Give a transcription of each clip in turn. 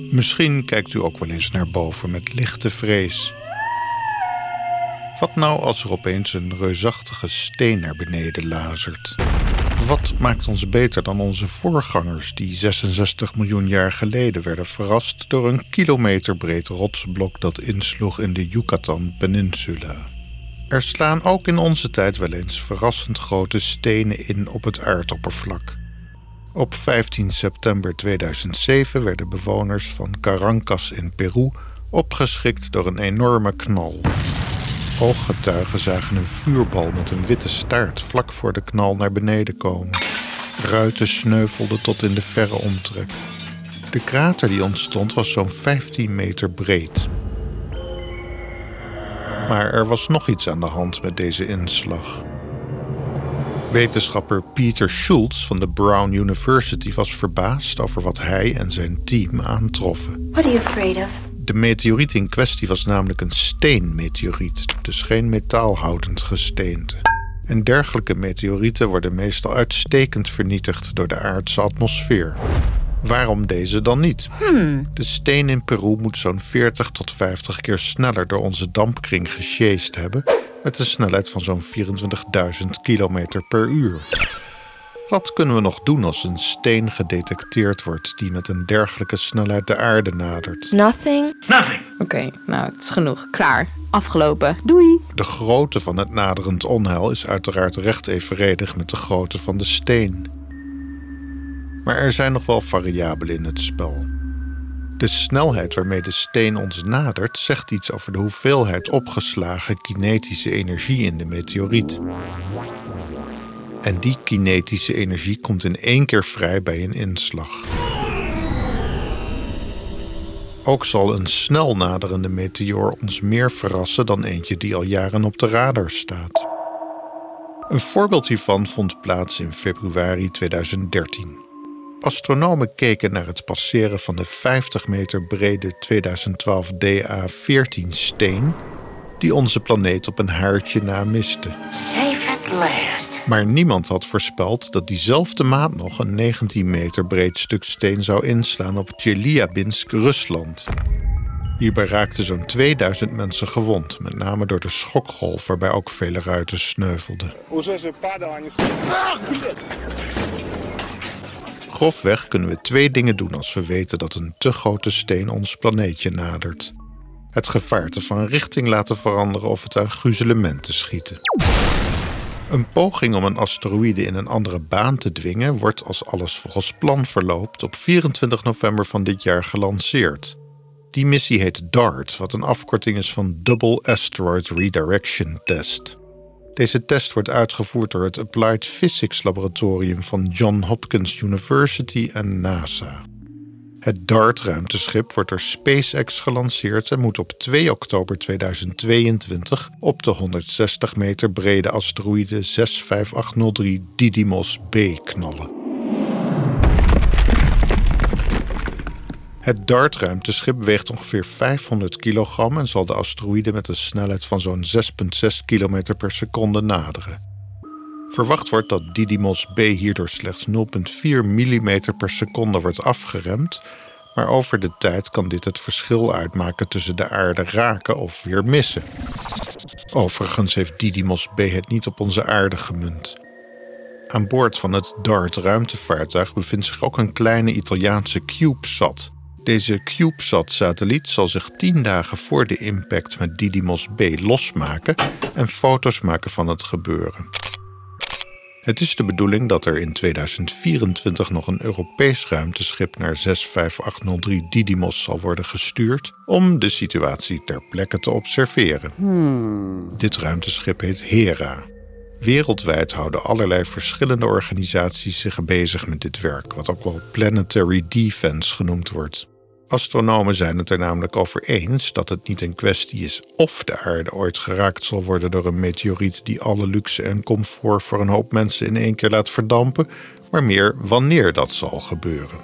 Misschien kijkt u ook wel eens naar boven met lichte vrees. Wat nou als er opeens een reusachtige steen naar beneden lazert? Wat maakt ons beter dan onze voorgangers die 66 miljoen jaar geleden werden verrast door een kilometerbreed rotsblok dat insloeg in de Yucatan-peninsula? Er slaan ook in onze tijd wel eens verrassend grote stenen in op het aardoppervlak. Op 15 september 2007 werden bewoners van Caracas in Peru opgeschrikt door een enorme knal. Ooggetuigen zagen een vuurbal met een witte staart vlak voor de knal naar beneden komen. Ruiten sneuvelden tot in de verre omtrek. De krater die ontstond was zo'n 15 meter breed. Maar er was nog iets aan de hand met deze inslag. Wetenschapper Peter Schultz van de Brown University was verbaasd over wat hij en zijn team aantroffen. What are you afraid of? De meteoriet in kwestie was namelijk een steenmeteoriet, dus geen metaalhoudend gesteente. En dergelijke meteorieten worden meestal uitstekend vernietigd door de aardse atmosfeer. Waarom deze dan niet? De steen in Peru moet zo'n 40 tot 50 keer sneller door onze dampkring gesjeest hebben, met een snelheid van zo'n 24.000 kilometer per uur. Wat kunnen we nog doen als een steen gedetecteerd wordt die met een dergelijke snelheid de aarde nadert? Nothing. Oké, nou, het is genoeg. Klaar. Afgelopen. Doei. De grootte van het naderend onheil is uiteraard recht evenredig met de grootte van de steen. Maar er zijn nog wel variabelen in het spel. De snelheid waarmee de steen ons nadert zegt iets over de hoeveelheid opgeslagen kinetische energie in de meteoriet. En die kinetische energie komt in één keer vrij bij een inslag. Ook zal een snel naderende meteoor ons meer verrassen dan eentje die al jaren op de radar staat. Een voorbeeld hiervan vond plaats in februari 2013. Astronomen keken naar het passeren van de 50 meter brede 2012 DA14-steen die onze planeet op een haartje na miste. Maar niemand had voorspeld dat diezelfde maand nog een 19 meter breed stuk steen zou inslaan op Tjeliabinsk, Rusland. Hierbij raakten zo'n 2000 mensen gewond, met name door de schokgolf waarbij ook vele ruiten sneuvelden. Grofweg kunnen we 2 dingen doen als we weten dat een te grote steen ons planeetje nadert. Het gevaarte van richting laten veranderen of het aan gruzelementen schieten. Een poging om een asteroïde in een andere baan te dwingen wordt, als alles volgens plan verloopt, op 24 november van dit jaar gelanceerd. Die missie heet DART, wat een afkorting is van Double Asteroid Redirection Test. Deze test wordt uitgevoerd door het Applied Physics Laboratorium van Johns Hopkins University en NASA. Het DART-ruimteschip wordt door SpaceX gelanceerd en moet op 2 oktober 2022 op de 160 meter brede asteroïde 65803 Didymos B knallen. Het DART-ruimteschip weegt ongeveer 500 kilogram en zal de asteroïde met een snelheid van zo'n 6,6 kilometer per seconde naderen. Verwacht wordt dat Didymos B hierdoor slechts 0,4 mm per seconde wordt afgeremd, maar over de tijd kan dit het verschil uitmaken tussen de aarde raken of weer missen. Overigens heeft Didymos B het niet op onze aarde gemunt. Aan boord van het DART-ruimtevaartuig bevindt zich ook een kleine Italiaanse CubeSat. Deze CubeSat-satelliet zal zich 10 dagen voor de impact met Didymos B losmaken en foto's maken van het gebeuren. Het is de bedoeling dat er in 2024 nog een Europees ruimteschip naar 65803 Didymos zal worden gestuurd om de situatie ter plekke te observeren. Dit ruimteschip heet Hera. Wereldwijd houden allerlei verschillende organisaties zich bezig met dit werk, wat ook wel Planetary Defense genoemd wordt. Astronomen zijn het er namelijk over eens dat het niet een kwestie is of de aarde ooit geraakt zal worden door een meteoriet die alle luxe en comfort voor een hoop mensen in één keer laat verdampen, maar meer wanneer dat zal gebeuren.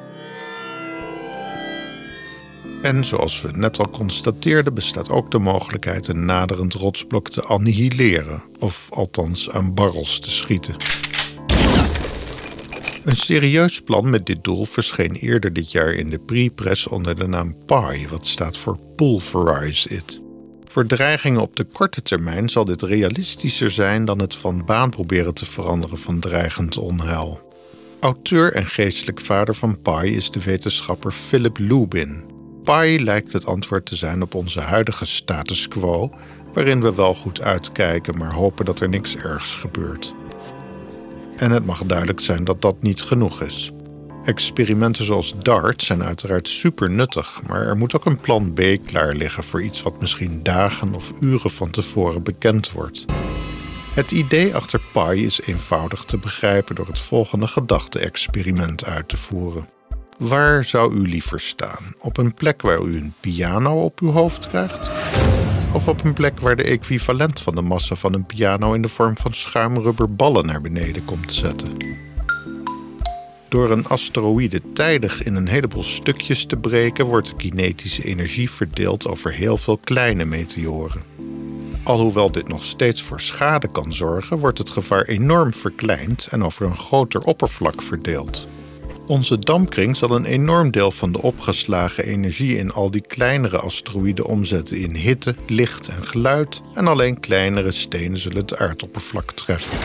En zoals we net al constateerden, bestaat ook de mogelijkheid een naderend rotsblok te annihileren, of althans aan barrels te schieten. Een serieus plan met dit doel verscheen eerder dit jaar in de pre-press onder de naam PI, wat staat voor Pulverize It. Voor dreigingen op de korte termijn zal dit realistischer zijn dan het van baan proberen te veranderen van dreigend onheil. Auteur en geestelijk vader van PI is de wetenschapper Philip Lubin. PI lijkt het antwoord te zijn op onze huidige status quo, waarin we wel goed uitkijken, maar hopen dat er niks ergs gebeurt. En het mag duidelijk zijn dat dat niet genoeg is. Experimenten zoals DART zijn uiteraard super nuttig, maar er moet ook een plan B klaar liggen voor iets wat misschien dagen of uren van tevoren bekend wordt. Het idee achter PI is eenvoudig te begrijpen door het volgende gedachte-experiment uit te voeren. Waar zou u liever staan? Op een plek waar u een piano op uw hoofd krijgt? Of op een plek waar de equivalent van de massa van een piano in de vorm van schuimrubberballen naar beneden komt te zetten? Door een asteroïde tijdig in een heleboel stukjes te breken, wordt de kinetische energie verdeeld over heel veel kleine meteoren. Alhoewel dit nog steeds voor schade kan zorgen, wordt het gevaar enorm verkleind en over een groter oppervlak verdeeld. Onze dampkring zal een enorm deel van de opgeslagen energie in al die kleinere asteroïden omzetten in hitte, licht en geluid, en alleen kleinere stenen zullen het aardoppervlak treffen.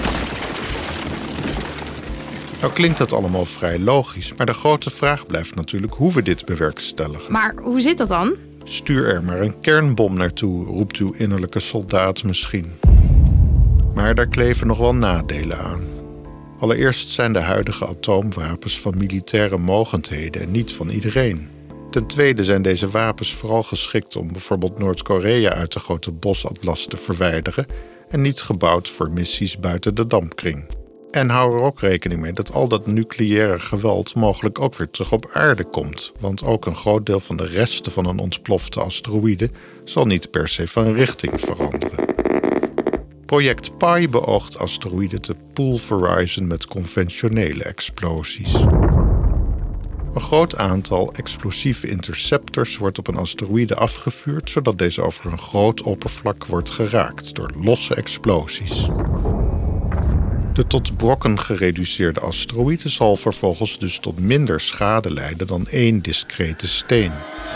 Nou klinkt dat allemaal vrij logisch, maar de grote vraag blijft natuurlijk hoe we dit bewerkstelligen. Maar hoe zit dat dan? Stuur er maar een kernbom naartoe, roept uw innerlijke soldaat misschien. Maar daar kleven nog wel nadelen aan. Allereerst zijn de huidige atoomwapens van militaire mogendheden en niet van iedereen. Ten tweede zijn deze wapens vooral geschikt om bijvoorbeeld Noord-Korea uit de grote bosatlas te verwijderen en niet gebouwd voor missies buiten de dampkring. En hou er ook rekening mee dat al dat nucleaire geweld mogelijk ook weer terug op aarde komt, want ook een groot deel van de resten van een ontplofte asteroïde zal niet per se van richting veranderen. Project PI beoogt asteroïden te pulverizen met conventionele explosies. Een groot aantal explosieve interceptors wordt op een asteroïde afgevuurd, zodat deze over een groot oppervlak wordt geraakt door losse explosies. De tot brokken gereduceerde asteroïde zal vervolgens dus tot minder schade leiden dan één discrete steen.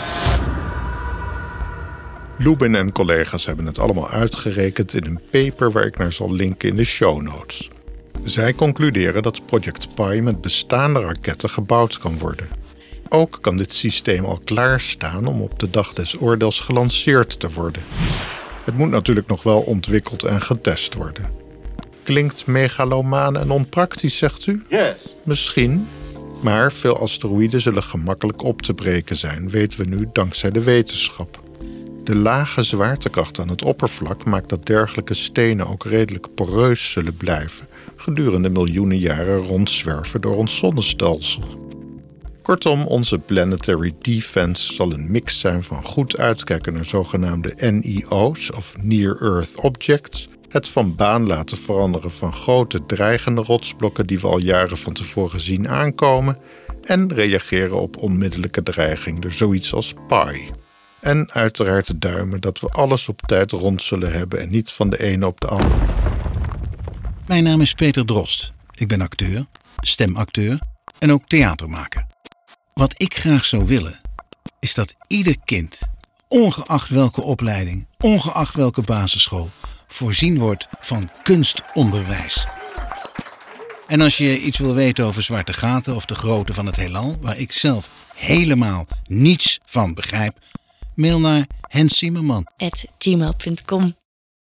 Lubin en collega's hebben het allemaal uitgerekend in een paper waar ik naar zal linken in de show notes. Zij concluderen dat Project PI met bestaande raketten gebouwd kan worden. Ook kan dit systeem al klaarstaan om op de dag des oordeels gelanceerd te worden. Het moet natuurlijk nog wel ontwikkeld en getest worden. Klinkt megalomaan en onpraktisch, zegt u? Yes. Misschien, maar veel asteroïden zullen gemakkelijk op te breken zijn, weten we nu dankzij de wetenschap. De lage zwaartekracht aan het oppervlak maakt dat dergelijke stenen ook redelijk poreus zullen blijven, gedurende miljoenen jaren rondzwerven door ons zonnestelsel. Kortom, onze planetary defense zal een mix zijn van goed uitkijken naar zogenaamde NEO's of Near Earth Objects, het van baan laten veranderen van grote dreigende rotsblokken die we al jaren van tevoren zien aankomen, en reageren op onmiddellijke dreiging door zoiets als PI. En uiteraard duimen dat we alles op tijd rond zullen hebben en niet van de ene op de andere. Mijn naam is Peter Drost. Ik ben acteur, stemacteur en ook theatermaker. Wat ik graag zou willen, is dat ieder kind, ongeacht welke opleiding, ongeacht welke basisschool, voorzien wordt van kunstonderwijs. En als je iets wil weten over zwarte gaten of de grootte van het heelal, waar ik zelf helemaal niets van begrijp, mail naar henszimmerman@gmail.com.